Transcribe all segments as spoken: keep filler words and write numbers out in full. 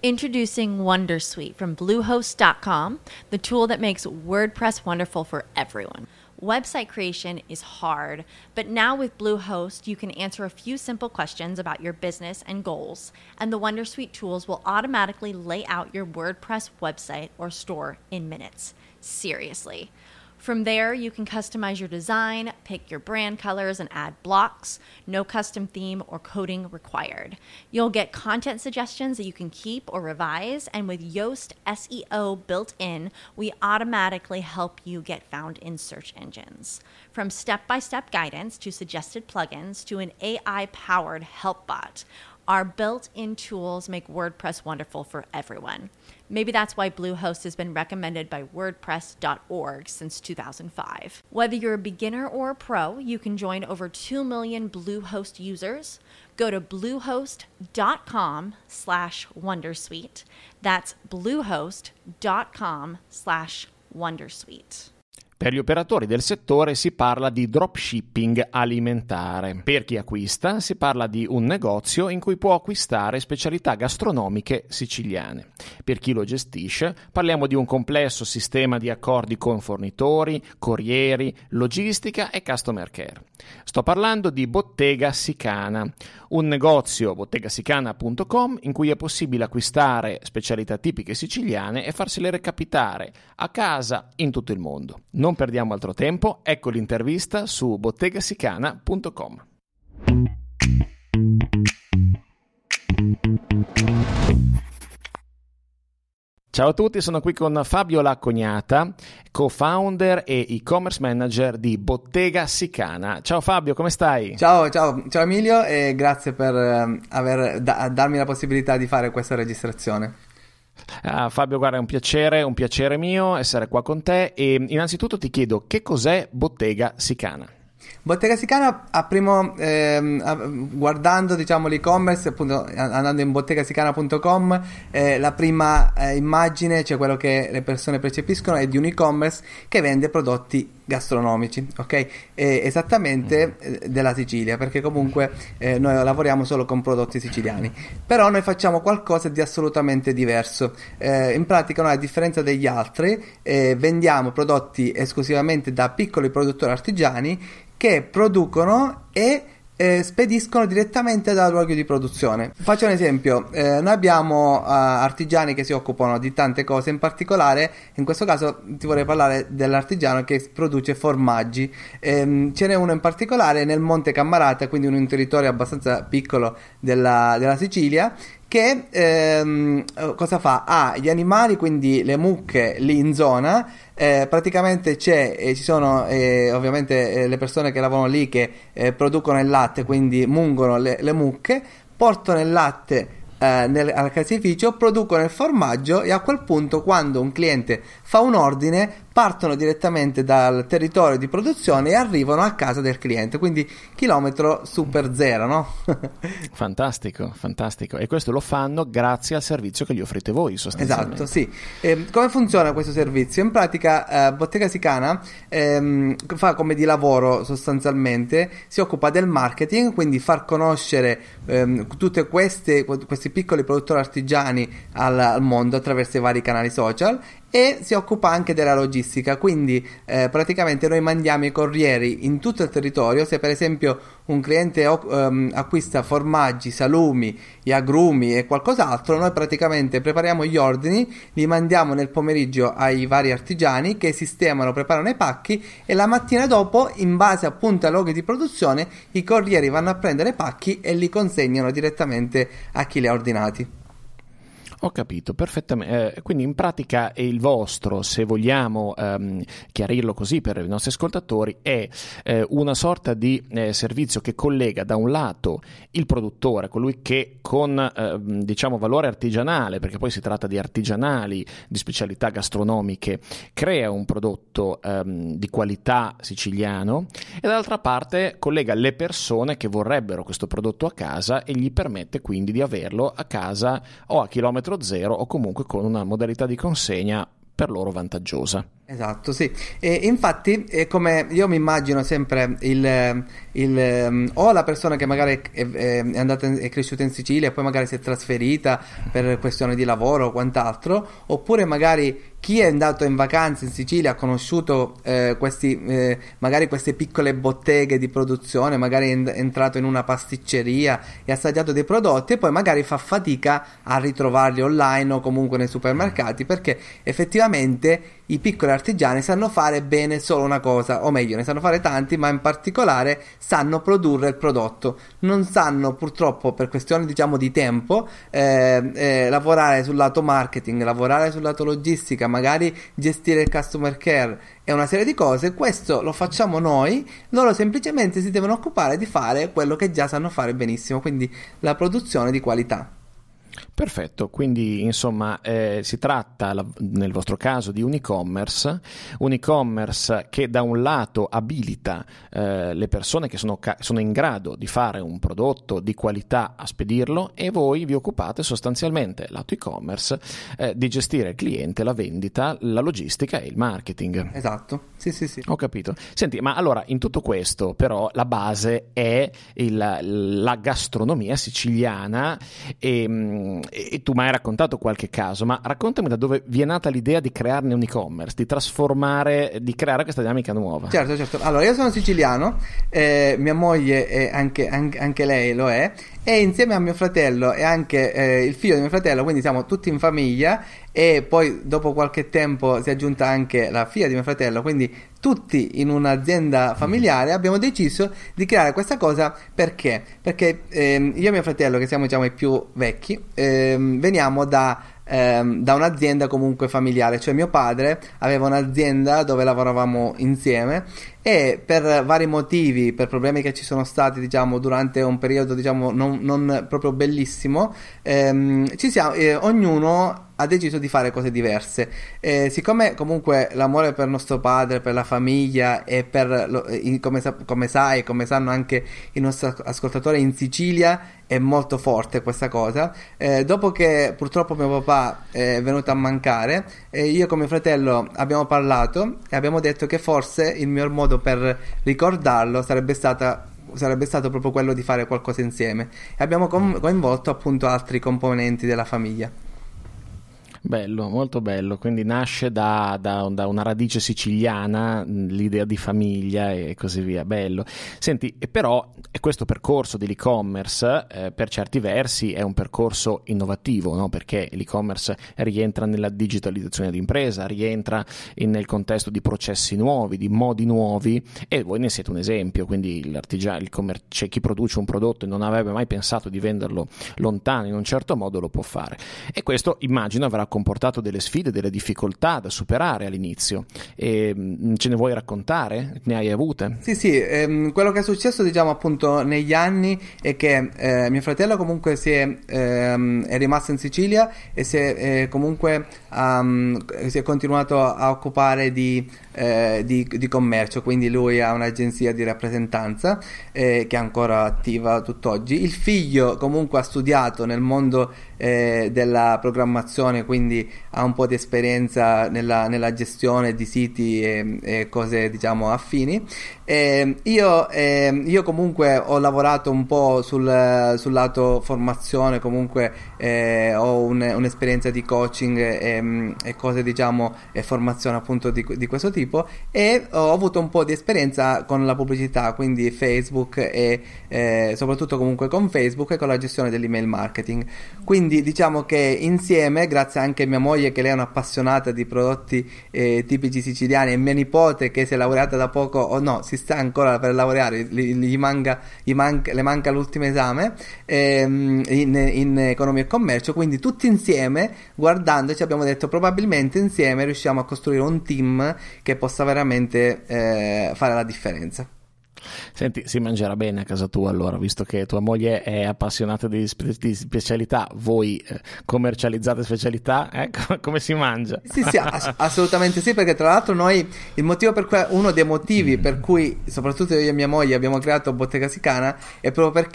Introducing Wondersuite from Bluehost dot com, the tool that makes WordPress wonderful for everyone. Website creation is hard, but now with Bluehost, you can answer a few simple questions about your business and goals, and the Wondersuite tools will automatically lay out your WordPress website or store in minutes. Seriously. From there, you can customize your design, pick your brand colors, and add blocks. No custom theme or coding required. You'll get content suggestions that you can keep or revise, and with Yoast S E O built in, we automatically help you get found in search engines. From step-by-step guidance to suggested plugins to an A I-powered help bot, our built-in tools make WordPress wonderful for everyone. Maybe that's why Bluehost has been recommended by WordPress dot org since two thousand five. Whether you're a beginner or a pro, you can join over two million Bluehost users. Go to bluehost.com slash Wondersuite. That's bluehost.com slash Wondersuite. Per gli operatori del settore si parla di dropshipping alimentare. Per chi acquista si parla di un negozio in cui può acquistare specialità gastronomiche siciliane. Per chi lo gestisce parliamo di un complesso sistema di accordi con fornitori, corrieri, logistica e customer care. Sto parlando di Bottega Sicana, un negozio, bottega sicana punto com, in cui è possibile acquistare specialità tipiche siciliane e farsele recapitare a casa in tutto il mondo. Non perdiamo altro tempo, ecco l'intervista su bottega sicana punto com. Ciao a tutti, sono qui con Fabio Laccognata, co-founder e e-commerce manager di Bottega Sicana. Ciao Fabio, come stai? Ciao, ciao, ciao Emilio e grazie per eh, aver da, darmi la possibilità di fare questa registrazione. Ah, Fabio, guarda, è un piacere, un piacere mio essere qua con te e innanzitutto ti chiedo che cos'è Bottega Sicana? Bottega Sicana, a primo ehm, guardando diciamo l'e-commerce, appunto andando in bottega sicana punto com, eh, la prima eh, immagine, cioè quello che le persone percepiscono, è di un e-commerce che vende prodotti gastronomici, ok? E esattamente eh, della Sicilia, perché comunque eh, noi lavoriamo solo con prodotti siciliani, però noi facciamo qualcosa di assolutamente diverso. Eh, in pratica noi, a differenza degli altri, eh, vendiamo prodotti esclusivamente da piccoli produttori artigiani che producono e eh, spediscono direttamente dal luogo di produzione. Faccio un esempio, eh, noi abbiamo uh, artigiani che si occupano di tante cose, in particolare in questo caso ti vorrei parlare dell'artigiano che produce formaggi. Eh, ce n'è uno in particolare nel Monte Cammarata, quindi un territorio abbastanza piccolo della, della Sicilia, che ehm, cosa fa? Ha gli animali, quindi le mucche lì in zona, eh, praticamente c'è e ci sono eh, ovviamente eh, le persone che lavorano lì che eh, producono il latte, quindi mungono le, le mucche, portano il latte eh, nel, al caseificio, producono il formaggio e a quel punto, quando un cliente fa un ordine, partono direttamente dal territorio di produzione e arrivano a casa del cliente, quindi chilometro super zero, no? Fantastico, fantastico. E questo lo fanno grazie al servizio che gli offrite voi, sostanzialmente. Esatto, sì. Eh, come funziona questo servizio? In pratica eh, Bottega Sicana ehm, fa come di lavoro sostanzialmente, si occupa del marketing, quindi far conoscere ehm, tutte queste questi piccoli produttori artigiani al, al mondo attraverso i vari canali social, e si occupa anche della logistica, quindi eh, praticamente noi mandiamo i corrieri in tutto il territorio. Se per esempio un cliente um, acquista formaggi, salumi, gli agrumi e qualcos'altro, noi praticamente prepariamo gli ordini, li mandiamo nel pomeriggio ai vari artigiani che sistemano, preparano i pacchi, e la mattina dopo, in base appunto ai luoghi di produzione, i corrieri vanno a prendere i pacchi e li consegnano direttamente a chi li ha ordinati. Ho capito perfettamente, eh, quindi in pratica è il vostro, se vogliamo ehm, chiarirlo così per i nostri ascoltatori, è eh, una sorta di eh, servizio che collega da un lato il produttore, colui che con eh, diciamo valore artigianale, perché poi si tratta di artigianali, di specialità gastronomiche, crea un prodotto ehm, di qualità siciliano, e dall'altra parte collega le persone che vorrebbero questo prodotto a casa e gli permette quindi di averlo a casa o a chilometro zero o comunque con una modalità di consegna per loro vantaggiosa. Esatto, sì. E infatti è come io mi immagino sempre il, il um, o la persona che magari è, è, è andata in, è cresciuta in Sicilia e poi magari si è trasferita per questione di lavoro o quant'altro, oppure magari chi è andato in vacanza in Sicilia ha conosciuto eh, questi eh, magari queste piccole botteghe di produzione, magari è entrato in una pasticceria e ha assaggiato dei prodotti e poi magari fa fatica a ritrovarli online o comunque nei supermercati, perché effettivamente i piccoli artigiani sanno fare bene solo una cosa, o meglio ne sanno fare tanti, ma in particolare sanno produrre il prodotto. Non sanno purtroppo, per questione diciamo di tempo, eh, eh, lavorare sul lato marketing, lavorare sul lato logistica, magari gestire il customer care e una serie di cose. Questo lo facciamo noi, loro semplicemente si devono occupare di fare quello che già sanno fare benissimo, quindi la produzione di qualità. Perfetto, quindi insomma eh, si tratta la, nel vostro caso di un e-commerce, un e-commerce che da un lato abilita eh, le persone che sono, ca- sono in grado di fare un prodotto di qualità a spedirlo, e voi vi occupate sostanzialmente, lato e-commerce, eh, di gestire il cliente, la vendita, la logistica e il marketing. Esatto, sì sì sì. Ho capito. Senti, ma allora in tutto questo però la base è il, la gastronomia siciliana e e tu mi hai raccontato qualche caso, ma raccontami da dove vi è nata l'idea di crearne un e-commerce, di trasformare, di creare questa dinamica nuova. Certo, certo. Allora, io sono siciliano, eh, mia moglie è anche, anche, anche lei lo è, e insieme a mio fratello e anche eh, il figlio di mio fratello, quindi siamo tutti in famiglia, e poi dopo qualche tempo si è aggiunta anche la figlia di mio fratello, quindi tutti in un'azienda familiare abbiamo deciso di creare questa cosa. Perché? Perché ehm, io e mio fratello, che siamo diciamo i più vecchi, ehm, veniamo da ehm, da un'azienda comunque familiare, cioè mio padre aveva un'azienda dove lavoravamo insieme, e per vari motivi, per problemi che ci sono stati diciamo durante un periodo diciamo non, non proprio bellissimo, ehm, ci siamo, eh, ognuno ha deciso di fare cose diverse. Eh, siccome comunque l'amore per nostro padre, per la famiglia e per lo, in, come, come sai, come sanno anche i nostri ascoltatori, in Sicilia è molto forte questa cosa. Eh, dopo che purtroppo mio papà è venuto a mancare, eh, io con mio fratello abbiamo parlato e abbiamo detto che forse il miglior modo per ricordarlo sarebbe stata sarebbe stato proprio quello di fare qualcosa insieme, e abbiamo com- coinvolto appunto altri componenti della famiglia. Bello, molto bello, quindi nasce da, da, da una radice siciliana l'idea di famiglia e così via, bello. Senti, e però questo percorso dell'e-commerce eh, per certi versi è un percorso innovativo, no? Perché l'e-commerce rientra nella digitalizzazione d'impresa, rientra in, nel contesto di processi nuovi, di modi nuovi, e voi ne siete un esempio. Quindi l'artigiano, il commer- c'è chi produce un prodotto e non avrebbe mai pensato di venderlo lontano in un certo modo, lo può fare, e questo immagino avrà comportato delle sfide, delle difficoltà da superare all'inizio. E, ce ne vuoi raccontare? Ne hai avute? Sì, sì, ehm, quello che è successo diciamo appunto negli anni è che eh, mio fratello comunque si è, ehm, è rimasto in Sicilia e si è eh, comunque um, si è continuato a occupare di, eh, di, di commercio, quindi lui ha un'agenzia di rappresentanza eh, che è ancora attiva tutt'oggi. Il figlio comunque ha studiato nel mondo eh, della programmazione, quindi ha un po' di esperienza nella, nella gestione di siti e, e cose diciamo affini. E io, eh, io comunque ho lavorato un po' sul, sul lato formazione, comunque eh, ho un, un'esperienza di coaching e, e cose diciamo e formazione appunto di, di questo tipo, e ho avuto un po' di esperienza con la pubblicità, quindi Facebook e eh, soprattutto comunque con Facebook e con la gestione dell'email marketing. Quindi diciamo che insieme, grazie anche a mia moglie che lei è un'appassionata di prodotti eh, tipici siciliani, e mia nipote che si è laureata da poco, o no, si sta ancora per laureare, gli, gli manca, gli manca, le manca l'ultimo esame ehm, in, in economia e commercio, quindi tutti insieme guardandoci abbiamo detto probabilmente insieme riusciamo a costruire un team che possa veramente eh, fare la differenza. Senti, si mangerà bene a casa tua allora, visto che tua moglie è appassionata di, spe- di specialità, voi eh, commercializzate specialità, eh? come si mangia? Sì, sì, ass- assolutamente sì, perché tra l'altro noi, il motivo per cui, uno dei motivi per cui soprattutto io e mia moglie abbiamo creato Bottega Sicana è proprio perché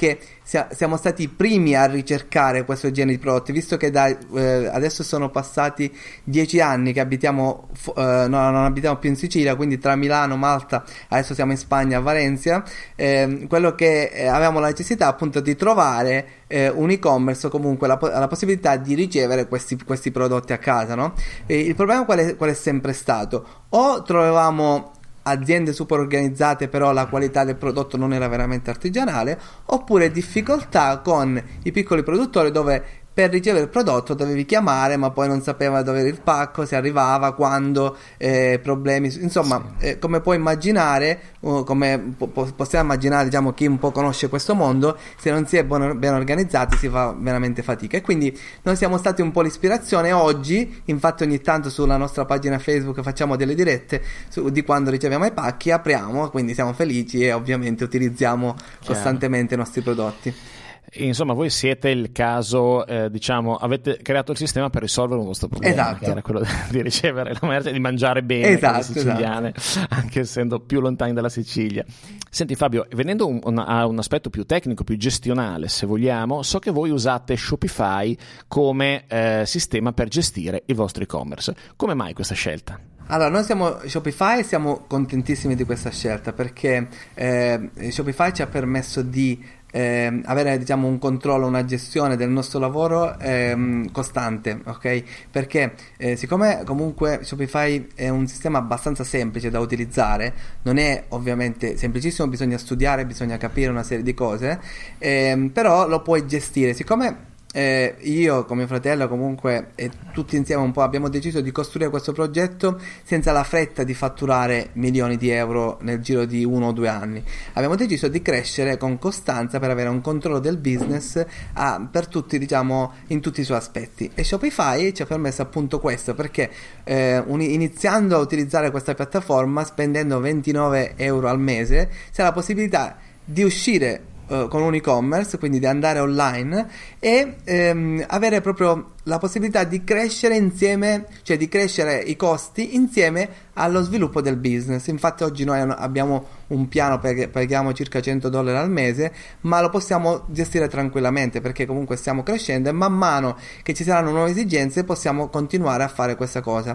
sia, siamo stati i primi a ricercare questo genere di prodotti, visto che da, eh, adesso sono passati dieci anni che abitiamo, eh, no, non abitiamo più in Sicilia, quindi tra Milano, Malta, adesso siamo in Spagna, a Valencia, eh, quello che eh, avevamo la necessità appunto di trovare eh, un e-commerce o comunque la, la possibilità di ricevere questi, questi prodotti a casa, no? E il problema qual è, qual è sempre stato? O trovavamo aziende super organizzate però la qualità del prodotto non era veramente artigianale, oppure difficoltà con i piccoli produttori dove per ricevere il prodotto dovevi chiamare ma poi non sapeva dove era il pacco, se arrivava, quando, eh, problemi, insomma, sì. eh, come puoi immaginare, uh, come po- possiamo immaginare, diciamo, chi un po' conosce questo mondo, se non si è ben, ben organizzati si fa veramente fatica, e quindi noi siamo stati un po' l'ispirazione. Oggi infatti ogni tanto sulla nostra pagina Facebook facciamo delle dirette su, di quando riceviamo i pacchi, apriamo, quindi siamo felici e ovviamente utilizziamo Chiaro. costantemente i nostri prodotti. Insomma, voi siete il caso, eh, diciamo, avete creato il sistema per risolvere un vostro problema, esatto. che era quello di ricevere la merce e di mangiare bene, esatto, le siciliane, esatto. anche essendo più lontani dalla Sicilia. Senti Fabio, venendo un, un, a un aspetto più tecnico, più gestionale, se vogliamo, so che voi usate Shopify come eh, sistema per gestire il vostro e-commerce. Come mai questa scelta? Allora, noi siamo Shopify e siamo contentissimi di questa scelta perché eh, Shopify ci ha permesso di Eh, avere, diciamo, un controllo, una gestione del nostro lavoro eh, costante, ok? Perché eh, siccome comunque Shopify è un sistema abbastanza semplice da utilizzare, non è ovviamente semplicissimo, bisogna studiare, bisogna capire una serie di cose, eh, però lo puoi gestire. Siccome Eh, io con mio fratello comunque e tutti insieme un po' abbiamo deciso di costruire questo progetto senza la fretta di fatturare milioni di euro nel giro di uno o due anni. Abbiamo deciso di crescere con costanza per avere un controllo del business a, per tutti, diciamo, in tutti i suoi aspetti, e Shopify ci ha permesso appunto questo, perché eh, un, iniziando a utilizzare questa piattaforma, spendendo ventinove euro al mese, si ha la possibilità di uscire con un e-commerce, quindi di andare online e ehm, avere proprio la possibilità di crescere insieme, cioè di crescere i costi insieme allo sviluppo del business. Infatti oggi noi abbiamo un piano, perché paghiamo circa cento dollari al mese, ma lo possiamo gestire tranquillamente perché comunque stiamo crescendo e man mano che ci saranno nuove esigenze possiamo continuare a fare questa cosa.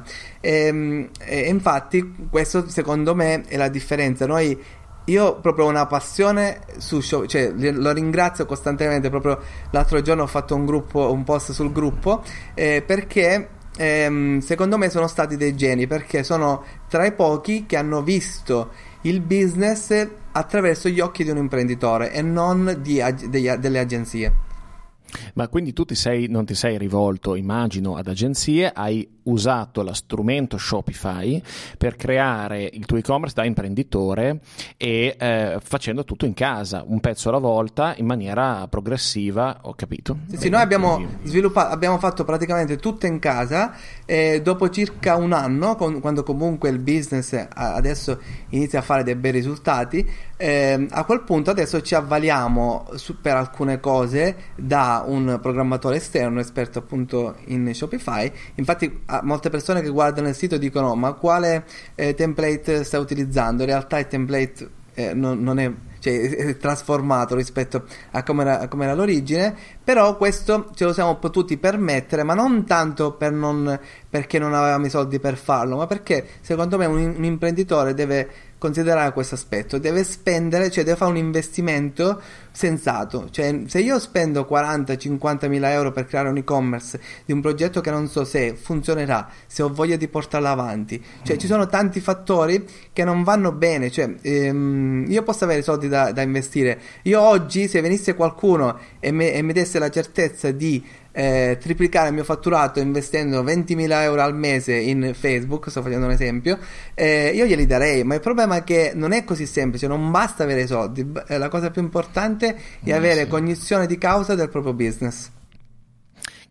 E, e infatti questo secondo me è la differenza. Noi Io ho proprio una passione su show, cioè lo ringrazio costantemente. Proprio l'altro giorno ho fatto un gruppo, un post sul gruppo, eh, perché ehm, secondo me sono stati dei geni, perché sono tra i pochi che hanno visto il business attraverso gli occhi di un imprenditore e non di, degli, delle agenzie. Ma quindi tu ti sei, non ti sei rivolto, immagino, ad agenzie, hai usato lo strumento Shopify per creare il tuo e-commerce da imprenditore e eh, facendo tutto in casa, un pezzo alla volta, in maniera progressiva, ho capito? Sì, sì, noi abbiamo sviluppato, abbiamo fatto praticamente tutto in casa e dopo circa un anno, con, quando comunque il business adesso inizia a fare dei bei risultati, eh, a quel punto adesso ci avvaliamo su, per alcune cose da un programmatore esterno esperto appunto in Shopify. Infatti molte persone che guardano il sito dicono: ma quale eh, template sta utilizzando? In realtà il template eh, non, non è, cioè, è trasformato rispetto a come era, a come era l'origine, però questo ce lo siamo potuti permettere, ma non tanto per non, perché non avevamo i soldi per farlo, ma perché secondo me un, un imprenditore deve considerare questo aspetto, deve spendere, cioè deve fare un investimento sensato. Cioè se io spendo quaranta cinquanta mila euro per creare un e-commerce di un progetto che non so se funzionerà, se ho voglia di portarlo avanti, cioè ci sono tanti fattori che non vanno bene. Cioè ehm, io posso avere soldi da, da investire. Io oggi, se venisse qualcuno e, me, e mi desse la certezza di Eh, triplicare il mio fatturato investendo ventimila euro al mese in Facebook, sto facendo un esempio, eh, io glieli darei, ma il problema è che non è così semplice, non basta avere i soldi, la cosa più importante è avere cognizione di causa del proprio business.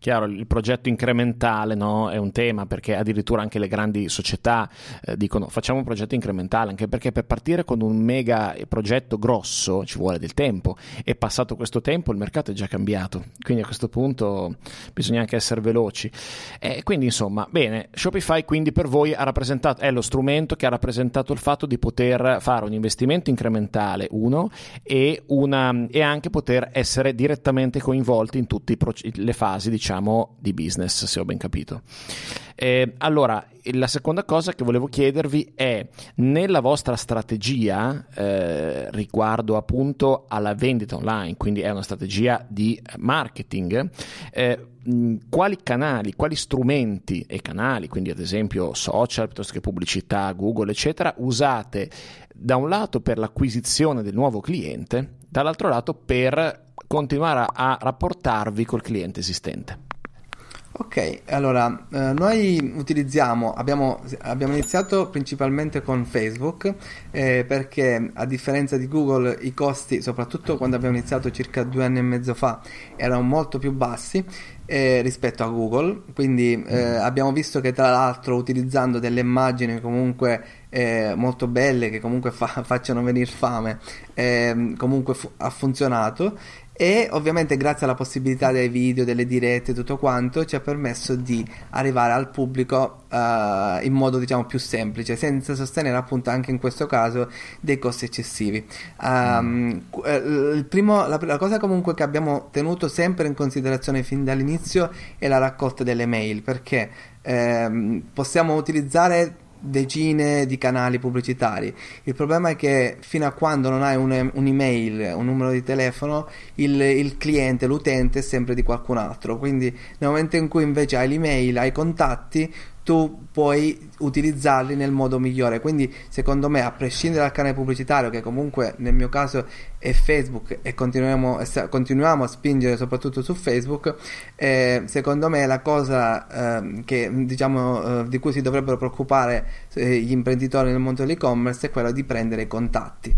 Chiaro, il progetto incrementale, no, è un tema, perché addirittura anche le grandi società eh, dicono facciamo un progetto incrementale, anche perché per partire con un mega progetto grosso ci vuole del tempo, e passato questo tempo il mercato è già cambiato, quindi a questo punto bisogna anche essere veloci. E quindi insomma, bene, Shopify quindi per voi ha rappresentato, è lo strumento che ha rappresentato il fatto di poter fare un investimento incrementale, uno, e, una, e anche poter essere direttamente coinvolti in tutte le fasi, diciamo, di business, se ho ben capito. Eh, allora, la seconda cosa che volevo chiedervi è, nella vostra strategia eh, riguardo appunto alla vendita online, quindi è una strategia di marketing, eh, quali canali, quali strumenti e canali, quindi ad esempio social piuttosto che pubblicità, Google eccetera, usate da un lato per l'acquisizione del nuovo cliente, dall'altro lato per continuare a rapportarvi col cliente esistente? Ok, allora eh, noi utilizziamo, abbiamo, abbiamo iniziato principalmente con Facebook eh, perché a differenza di Google i costi, soprattutto quando abbiamo iniziato circa due anni e mezzo fa, erano molto più bassi eh, rispetto a Google, quindi eh, abbiamo visto che tra l'altro utilizzando delle immagini comunque eh, molto belle che comunque fa, facciano venire fame, eh, comunque fu- ha funzionato. E ovviamente grazie alla possibilità dei video, delle dirette, tutto quanto ci ha permesso di arrivare al pubblico uh, in modo diciamo più semplice, senza sostenere appunto anche in questo caso dei costi eccessivi. Um, mm. il primo, la, la cosa comunque che abbiamo tenuto sempre in considerazione fin dall'inizio è la raccolta delle mail, perché ehm, possiamo utilizzare decine di canali pubblicitari. Il problema è che fino a quando non hai un, un'email, un numero di telefono, il, il cliente, l'utente è sempre di qualcun altro, quindi nel momento in cui invece hai l'email, hai contatti, tu puoi utilizzarli nel modo migliore. Quindi secondo me, a prescindere dal canale pubblicitario, che comunque nel mio caso è Facebook e continuiamo, continuiamo a spingere soprattutto su Facebook, eh, secondo me la cosa eh, che diciamo eh, di cui si dovrebbero preoccupare eh, gli imprenditori nel mondo dell'e-commerce è quella di prendere i contatti.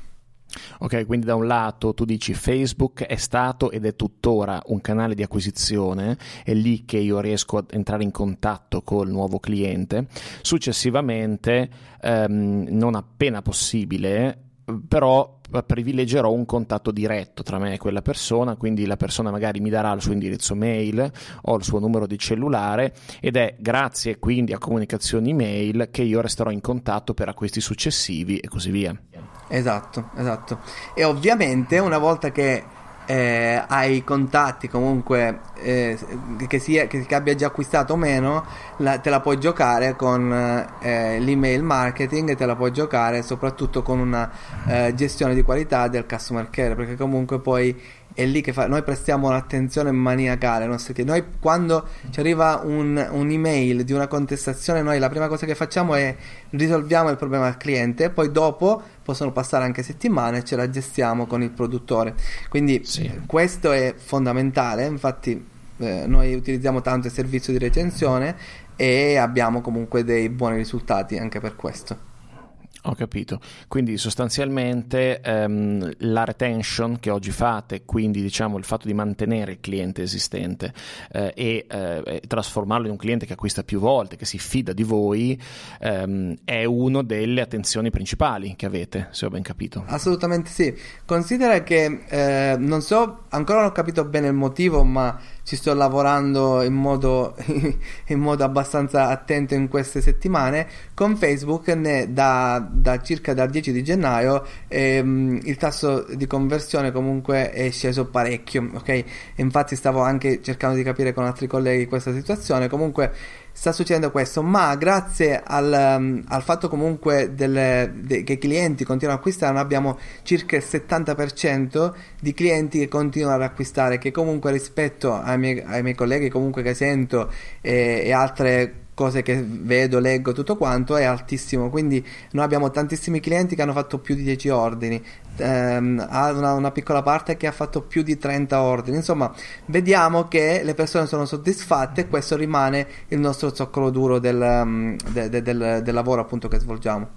Ok, quindi da un lato tu dici Facebook è stato ed è tuttora un canale di acquisizione, è lì che io riesco a entrare in contatto col nuovo cliente, successivamente ehm, non appena possibile però privilegerò un contatto diretto tra me e quella persona, quindi la persona magari mi darà il suo indirizzo mail o il suo numero di cellulare, ed è grazie quindi a comunicazioni mail che io resterò in contatto per acquisti successivi e così via. Esatto, esatto. E ovviamente una volta che eh, hai contatti comunque eh, che, sia, che, che abbia già acquistato o meno, la, te la puoi giocare con eh, l'email marketing, e te la puoi giocare soprattutto con una eh, gestione di qualità del customer care, perché comunque poi è lì che fa, noi prestiamo un'attenzione maniacale ai nostri clienti. Noi quando ci arriva un, un'email di una contestazione, noi la prima cosa che facciamo è risolviamo il problema al cliente, poi dopo possono passare anche settimane e ce la gestiamo con il produttore. Quindi sì, questo è fondamentale. Infatti eh, noi utilizziamo tanto il servizio di recensione e abbiamo comunque dei buoni risultati anche per questo. Ho capito, quindi sostanzialmente ehm, la retention che oggi fate, quindi diciamo il fatto di mantenere il cliente esistente eh, e eh, trasformarlo in un cliente che acquista più volte, che si fida di voi, ehm, è una delle attenzioni principali che avete, se ho ben capito. Assolutamente sì, considera che eh, non so, ancora non ho capito bene il motivo, ma ci sto lavorando in modo, in modo abbastanza attento in queste settimane. Con Facebook ne, da, da circa dal dieci di gennaio ehm, il tasso di conversione comunque è sceso parecchio, ok? Infatti stavo anche cercando di capire con altri colleghi questa situazione. Comunque sta succedendo questo, ma grazie al, um, al fatto comunque delle, de, che i clienti continuano ad acquistare, noi abbiamo circa il settanta per cento di clienti che continuano ad acquistare, che comunque rispetto ai miei, ai miei colleghi comunque che sento e, e altre cose che vedo, leggo, tutto quanto, è altissimo. Quindi noi abbiamo tantissimi clienti che hanno fatto più di dieci ordini, ehm, ha una, una piccola parte che ha fatto più di trenta ordini. Insomma, vediamo che le persone sono soddisfatte e questo rimane il nostro zoccolo duro del, de, de, del, del lavoro appunto che svolgiamo.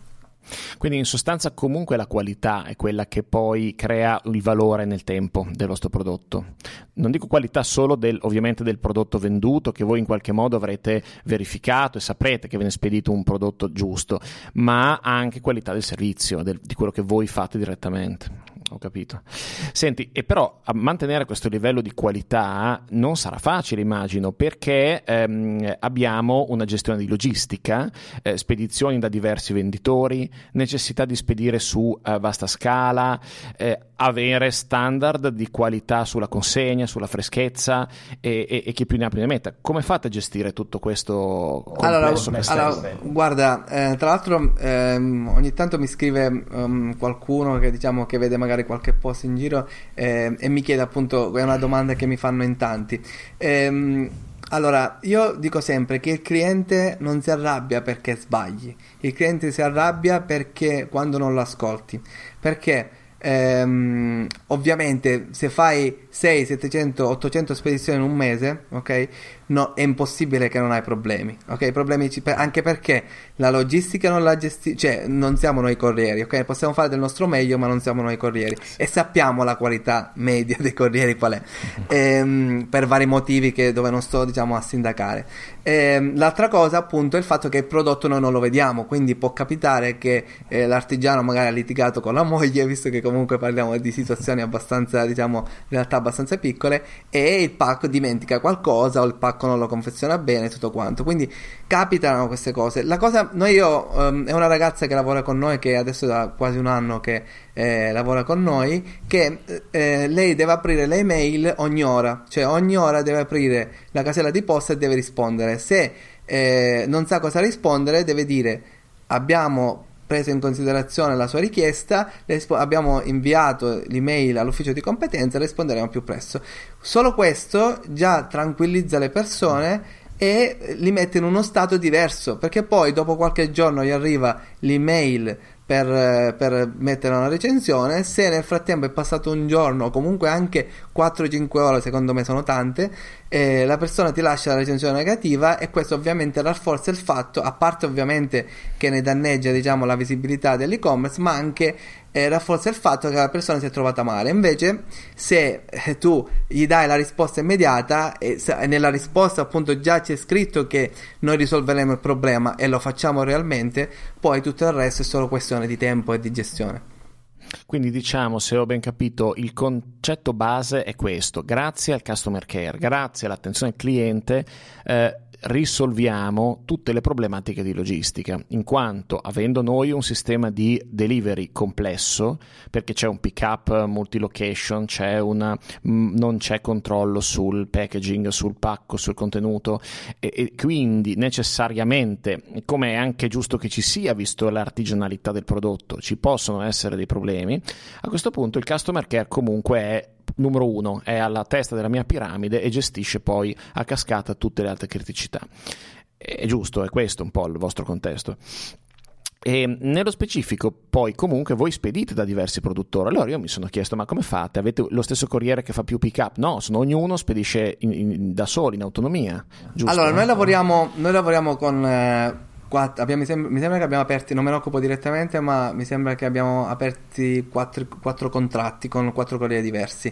Quindi in sostanza comunque la qualità è quella che poi crea il valore nel tempo del vostro prodotto. Non dico qualità solo del, ovviamente del prodotto venduto, che voi in qualche modo avrete verificato e saprete che viene spedito un prodotto giusto, ma anche qualità del servizio, del, di quello che voi fate direttamente. Ho capito. Senti, e però a mantenere questo livello di qualità non sarà facile, immagino, perché ehm, abbiamo una gestione di logistica, eh, spedizioni da diversi venditori, necessità di spedire su eh, vasta scala, eh, avere standard di qualità sulla consegna, sulla freschezza e, e, e chi più ne ha più ne metta. Come fate a gestire tutto questo complesso? Allora, allora guarda, eh, tra l'altro ehm, ogni tanto mi scrive um, qualcuno che diciamo che vede magari qualche post in giro eh, e mi chiede, appunto, è una domanda che mi fanno in tanti. Ehm, allora, io dico sempre che il cliente non si arrabbia perché sbagli, il cliente si arrabbia perché quando non lo ascolti, perché ehm, ovviamente se fai seicento, settecento, ottocento spedizioni in un mese, ok? No, è impossibile che non hai problemi, ok? Problemi ci, anche perché la logistica non la gesti- cioè non siamo noi corrieri, ok? Possiamo fare del nostro meglio, ma non siamo noi corrieri e sappiamo la qualità media dei corrieri qual è, ehm, per vari motivi che dove non sto, diciamo, a sindacare. Ehm, l'altra cosa, appunto, è il fatto che il prodotto noi non lo vediamo, quindi può capitare che eh, l'artigiano magari ha litigato con la moglie, visto che comunque parliamo di situazioni abbastanza, diciamo, in realtà abbastanza piccole, e il pacco dimentica qualcosa o il pacco non lo confeziona bene, tutto quanto, quindi capitano queste cose. La cosa, noi io um, è una ragazza che lavora con noi, che adesso da quasi un anno che eh, lavora con noi, che eh, lei deve aprire le email ogni ora, cioè ogni ora deve aprire la casella di posta e deve rispondere. Se eh, non sa cosa rispondere, deve dire: abbiamo preso in considerazione la sua richiesta, rispo- abbiamo inviato l'email all'ufficio di competenza, risponderemo più presto. Solo questo già tranquillizza le persone e li mette in uno stato diverso, perché poi dopo qualche giorno gli arriva l'email per, per mettere una recensione. Se nel frattempo è passato un giorno o comunque anche quattro cinque ore, secondo me sono tante, eh, la persona ti lascia la recensione negativa, e questo ovviamente rafforza il fatto, a parte ovviamente che ne danneggia, diciamo, la visibilità dell'e-commerce, ma anche eh, rafforza il fatto che la persona si è trovata male. Invece se eh, tu gli dai la risposta immediata e, se, e nella risposta appunto già c'è scritto che noi risolveremo il problema e lo facciamo realmente, poi tutto il resto è solo questione di tempo e di gestione. Quindi, diciamo, se ho ben capito, il concetto base è questo: grazie al customer care, grazie all'attenzione al cliente, eh, risolviamo tutte le problematiche di logistica, in quanto avendo noi un sistema di delivery complesso, perché c'è un pick up multi-location, c'è una, mh, non c'è controllo sul packaging, sul pacco, sul contenuto, e, e quindi necessariamente, come è anche giusto che ci sia, visto l'artigianalità del prodotto, ci possono essere dei problemi. A questo punto il customer care comunque è numero uno, è alla testa della mia piramide e gestisce poi a cascata tutte le altre criticità. È giusto, è questo un po' il vostro contesto. E nello specifico poi comunque voi spedite da diversi produttori. Allora io mi sono chiesto: ma come fate? Avete lo stesso corriere che fa più pick up? No, sono, ognuno spedisce in, in, da solo, in autonomia, giusto? Allora noi lavoriamo, noi lavoriamo con eh... Quattro, abbiamo, mi, sembra, mi sembra che abbiamo aperti, non me ne occupo direttamente, ma mi sembra che abbiamo aperti quattro, quattro contratti con quattro corrieri diversi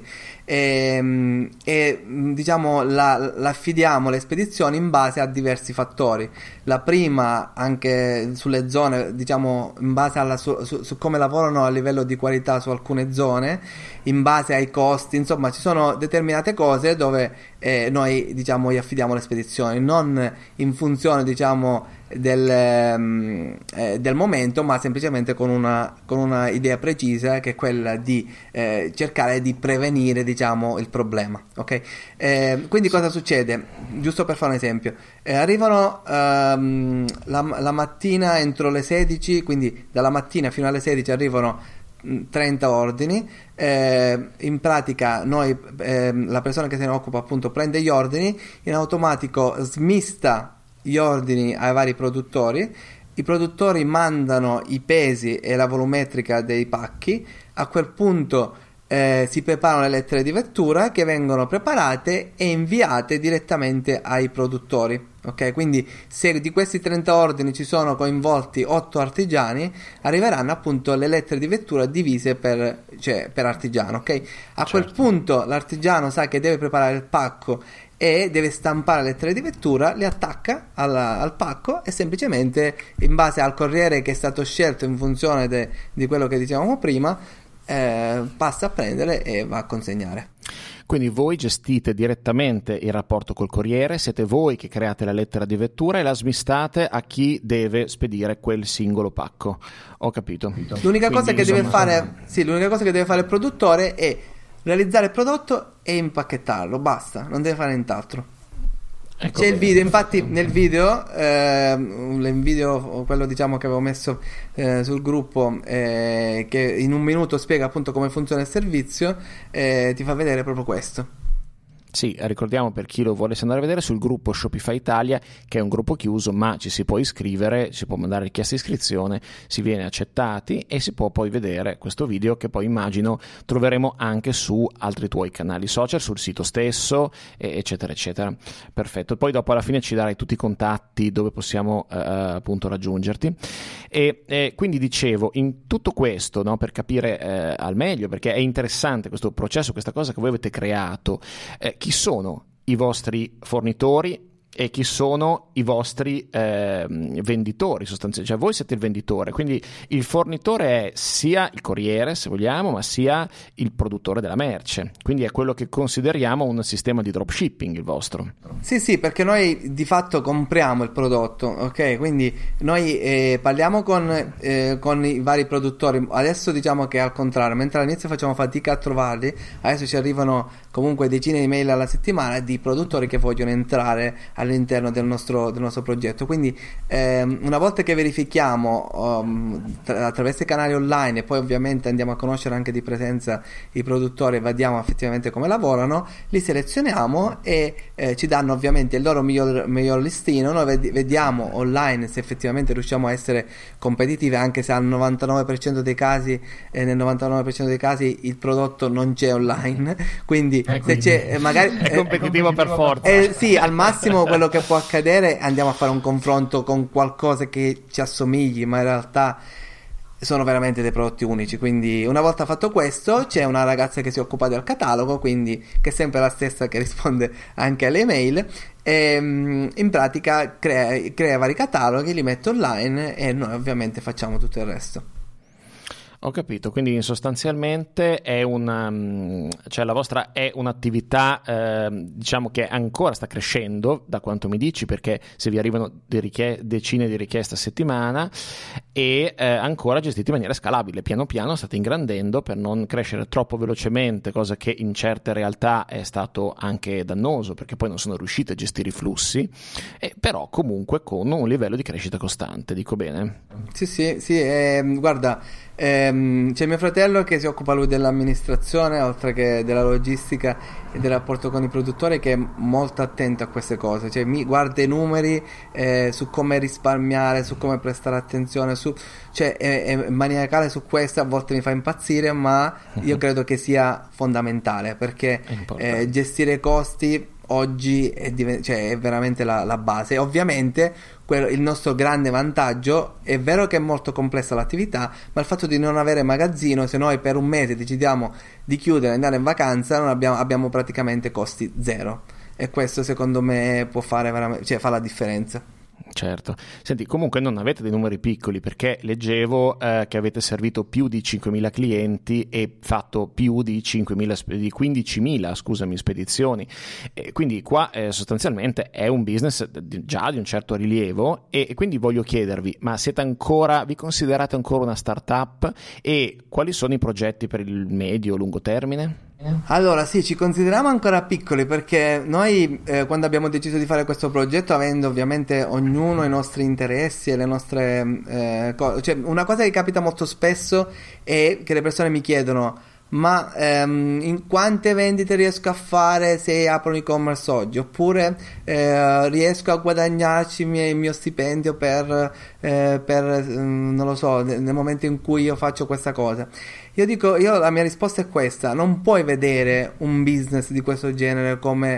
e, e diciamo la, la affidiamo le spedizioni in base a diversi fattori. La prima, anche sulle zone, diciamo in base alla su, su, su come lavorano a livello di qualità su alcune zone, in base ai costi, insomma ci sono determinate cose dove eh, noi, diciamo, gli affidiamo le spedizioni, non in funzione, diciamo, del, eh, del momento, ma semplicemente con una, con una idea precisa, che è quella di eh, cercare di prevenire, diciamo, il problema, ok? Eh, quindi cosa succede? Giusto per fare un esempio, eh, arrivano ehm, la, la mattina entro le sedici, quindi dalla mattina fino alle sedici arrivano trenta ordini, eh, in pratica noi eh, la persona che se ne occupa appunto prende gli ordini, in automatico smista gli ordini ai vari produttori, i produttori mandano i pesi e la volumetrica dei pacchi, a quel punto eh, si preparano le lettere di vettura che vengono preparate e inviate direttamente ai produttori, Ok, quindi se di questi trenta ordini ci sono coinvolti otto artigiani, arriveranno appunto le lettere di vettura divise per, cioè, per artigiano, ok? A Certo. quel punto l'artigiano sa che deve preparare il pacco e deve stampare le lettere di vettura, le attacca alla, al pacco e semplicemente in base al corriere che è stato scelto in funzione de, di quello che dicevamo prima, eh, passa a prendere e va a consegnare. Quindi voi gestite direttamente il rapporto col corriere, siete voi che create la lettera di vettura e la smistate a chi deve spedire quel singolo pacco. Ho capito. L'unica Quindi, cosa che insomma, deve fare, sì, l'unica cosa che deve fare il produttore è realizzare il prodotto e impacchettarlo, basta, non deve fare nient'altro. ecco C'è il bene. video, infatti nel video, eh, il video, quello diciamo che avevo messo eh, sul gruppo, eh, che in un minuto spiega appunto come funziona il servizio, eh, ti fa vedere proprio questo. Sì, ricordiamo per chi lo volesse andare a vedere sul gruppo Shopify Italia, che è un gruppo chiuso, ma ci si può iscrivere, si può mandare richiesta di iscrizione, si viene accettati e si può poi vedere questo video che poi immagino troveremo anche su altri tuoi canali social, sul sito stesso, eccetera, eccetera. Perfetto. Poi dopo alla fine ci darai tutti i contatti dove possiamo eh, appunto raggiungerti. E eh, quindi dicevo, in tutto questo, no, per capire eh, al meglio, perché è interessante questo processo, questa cosa che voi avete creato, eh, chi sono i vostri fornitori e chi sono i vostri eh, venditori sostanzialmente? Cioè voi siete il venditore, quindi il fornitore è sia il corriere, se vogliamo, ma sia il produttore della merce, quindi è quello che consideriamo un sistema di dropshipping il vostro. Sì, sì, perché noi di fatto compriamo il prodotto, ok? Quindi noi eh, parliamo con, eh, con i vari produttori. Adesso diciamo che è al contrario, mentre all'inizio facciamo fatica a trovarli, adesso ci arrivano comunque decine di mail alla settimana di produttori che vogliono entrare all'interno del nostro, del nostro progetto. Quindi ehm, una volta che verifichiamo um, tra, attraverso i canali online e poi ovviamente andiamo a conoscere anche di presenza i produttori e vediamo effettivamente come lavorano, li selezioniamo e eh, ci danno ovviamente il loro miglior, miglior listino. Noi ved- vediamo online se effettivamente riusciamo a essere competitivi, anche se al novantanove per cento dei casi eh, nel novantanove per cento dei casi il prodotto non c'è online, quindi Eh, se quindi c'è eh, magari è competitivo per forza. eh, sì, al massimo quello che può accadere, andiamo a fare un confronto con qualcosa che ci assomigli, ma in realtà sono veramente dei prodotti unici. Quindi una volta fatto questo c'è una ragazza che si occupa del catalogo, quindi che è sempre la stessa che risponde anche alle email, e in pratica crea, crea vari cataloghi, li mette online e noi ovviamente facciamo tutto il resto. Ho capito, quindi sostanzialmente è una, cioè la vostra è un'attività eh, diciamo che ancora sta crescendo da quanto mi dici, perché se vi arrivano de richie- decine di richieste a settimana e eh, ancora gestite in maniera scalabile, piano piano state ingrandendo per non crescere troppo velocemente, cosa che in certe realtà è stato anche dannoso perché poi non sono riuscite a gestire i flussi, eh, però comunque con un livello di crescita costante, dico bene? Sì, sì, sì, eh, guarda, ehm, c'è mio fratello che si occupa lui dell'amministrazione, oltre che della logistica e del rapporto con i produttori, che è molto attento a queste cose, cioè mi guarda i numeri eh, su come risparmiare, su come prestare attenzione, su, cioè è, è maniacale su questo, a volte mi fa impazzire, ma io credo che sia fondamentale, perché eh, gestire i costi oggi è, div- cioè è veramente la, la base. Ovviamente quello, il nostro grande vantaggio è vero che è molto complessa l'attività, ma il fatto di non avere magazzino, se noi per un mese decidiamo di chiudere e andare in vacanza, non abbiamo, abbiamo praticamente costi zero, e questo secondo me può fare veramente, cioè fa la differenza. Certo. Senti, comunque non avete dei numeri piccoli, perché leggevo eh, che avete servito più di cinquemila clienti e fatto più di cinquemila, di quindicimila, scusami, spedizioni. E quindi qua eh, sostanzialmente è un business di, già di un certo rilievo, e, e quindi voglio chiedervi, ma siete ancora, vi considerate ancora una startup, e quali sono i progetti per il medio-lungo termine? Allora sì, ci consideriamo ancora piccoli, perché noi eh, quando abbiamo deciso di fare questo progetto, avendo ovviamente ognuno i nostri interessi e le nostre eh, cose, cioè una cosa che capita molto spesso è che le persone mi chiedono: ma ehm, in quante vendite riesco a fare se apro un e-commerce oggi? Oppure eh, riesco a guadagnarci il mio, il mio stipendio per, eh, per mm, non lo so, nel, nel momento in cui io faccio questa cosa? Io dico, io la mia risposta è questa: non puoi vedere un business di questo genere come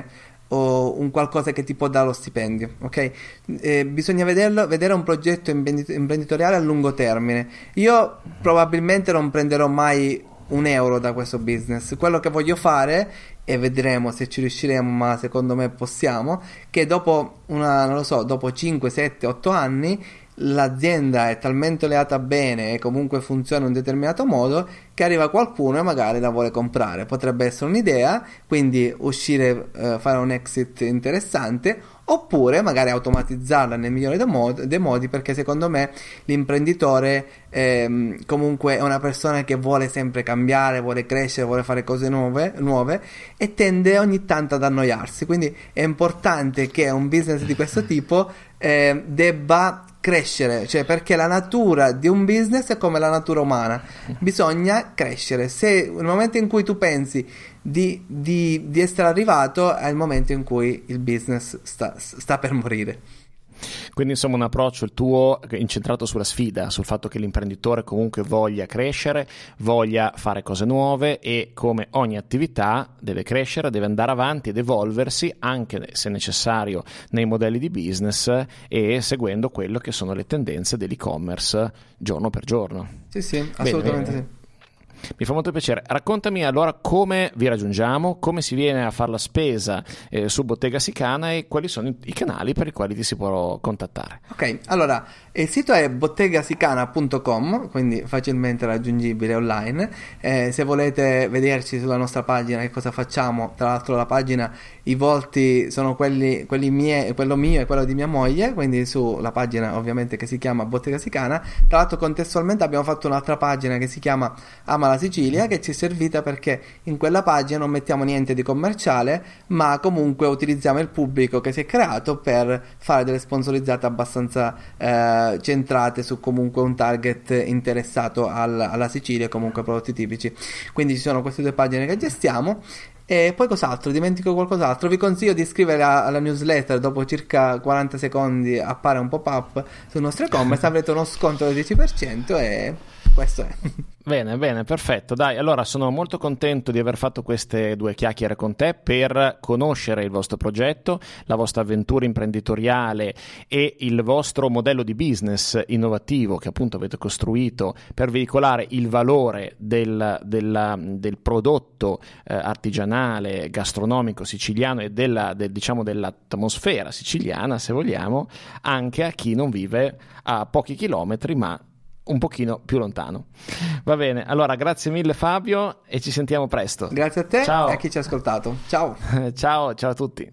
o un qualcosa che ti può dare lo stipendio, ok? Eh, bisogna vederlo, vedere un progetto imprenditoriale a lungo termine. Io probabilmente non prenderò mai un euro da questo business. Quello che voglio fare, e vedremo se ci riusciremo, ma secondo me possiamo, che dopo una, non lo so, dopo cinque, sette, otto anni l'azienda è talmente leata bene e comunque funziona in un determinato modo che arriva qualcuno e magari la vuole comprare. Potrebbe essere un'idea, quindi uscire, eh, fare un exit interessante, oppure magari automatizzarla nel migliore dei modi, dei modi perché secondo me l'imprenditore ehm, comunque è una persona che vuole sempre cambiare, vuole crescere, vuole fare cose nuove, nuove e tende ogni tanto ad annoiarsi, quindi è importante che un business di questo tipo eh, debba crescere, cioè perché la natura di un business è come la natura umana, bisogna crescere. Se nel momento in cui tu pensi di, di, di essere arrivato è il momento in cui il business sta, sta per morire. Quindi insomma un approccio il tuo incentrato sulla sfida, sul fatto che l'imprenditore comunque voglia crescere, voglia fare cose nuove e come ogni attività deve crescere, deve andare avanti ed evolversi anche se necessario nei modelli di business e seguendo quello che sono le tendenze dell'e-commerce giorno per giorno. Sì, sì, assolutamente Bene. sì. Mi fa molto piacere. Raccontami allora come vi raggiungiamo, come si viene a fare la spesa eh, su Bottega Sicana e quali sono i, i canali per i quali ti si può contattare. Ok, allora il sito è bottegasicana punto com, quindi facilmente raggiungibile online. Eh, se volete vederci sulla nostra pagina che cosa facciamo, tra l'altro la pagina, i volti sono quelli, quelli miei, quello mio e quello di mia moglie, quindi sulla pagina ovviamente che si chiama Bottega Sicana. Tra l'altro contestualmente abbiamo fatto un'altra pagina che si chiama Ama la Sicilia, che ci è servita perché in quella pagina non mettiamo niente di commerciale, ma comunque utilizziamo il pubblico che si è creato per fare delle sponsorizzate abbastanza eh, centrate su comunque un target interessato al, alla Sicilia e comunque prodotti tipici. Quindi ci sono queste due pagine che gestiamo. E poi cos'altro? Dimentico qualcos'altro? Vi consiglio di iscrivervi alla newsletter, dopo circa quaranta secondi appare un pop-up sul nostro e-commerce, avrete uno sconto del dieci per cento e questo è. Bene, bene, perfetto. Dai, allora sono molto contento di aver fatto queste due chiacchiere con te per conoscere il vostro progetto, la vostra avventura imprenditoriale e il vostro modello di business innovativo che appunto avete costruito per veicolare il valore del, del, del prodotto eh, artigianale, gastronomico siciliano e della, del, diciamo dell'atmosfera siciliana, se vogliamo, anche a chi non vive a pochi chilometri ma un pochino più lontano. Va bene, allora grazie mille Fabio e ci sentiamo presto. Grazie a te ciao. E a chi ci ha ascoltato. Ciao. Ciao, ciao a tutti.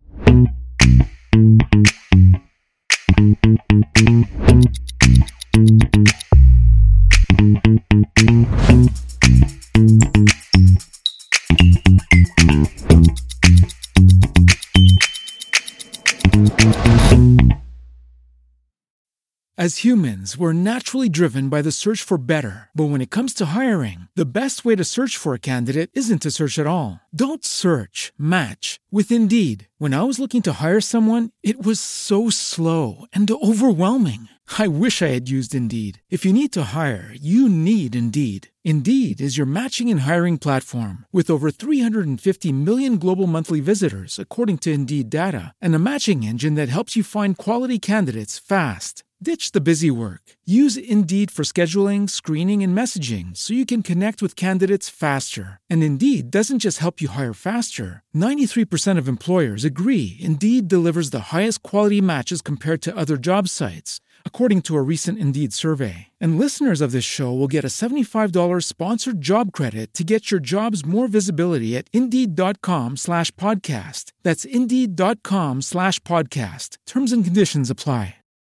As humans, we're naturally driven by the search for better. But when it comes to hiring, the best way to search for a candidate isn't to search at all. Don't search, match with Indeed. When I was looking to hire someone, it was so slow and overwhelming. I wish I had used Indeed. If you need to hire, you need Indeed. Indeed is your matching and hiring platform with over three hundred fifty million global monthly visitors, according to Indeed data, and a matching engine that helps you find quality candidates fast. Ditch the busy work. Use Indeed for scheduling, screening, and messaging so you can connect with candidates faster. And Indeed doesn't just help you hire faster. ninety-three percent of employers agree Indeed delivers the highest quality matches compared to other job sites, according to a recent Indeed survey. And listeners of this show will get a seventy-five dollars sponsored job credit to get your jobs more visibility at Indeed.com slash podcast. That's Indeed.com slash podcast. Terms and conditions apply.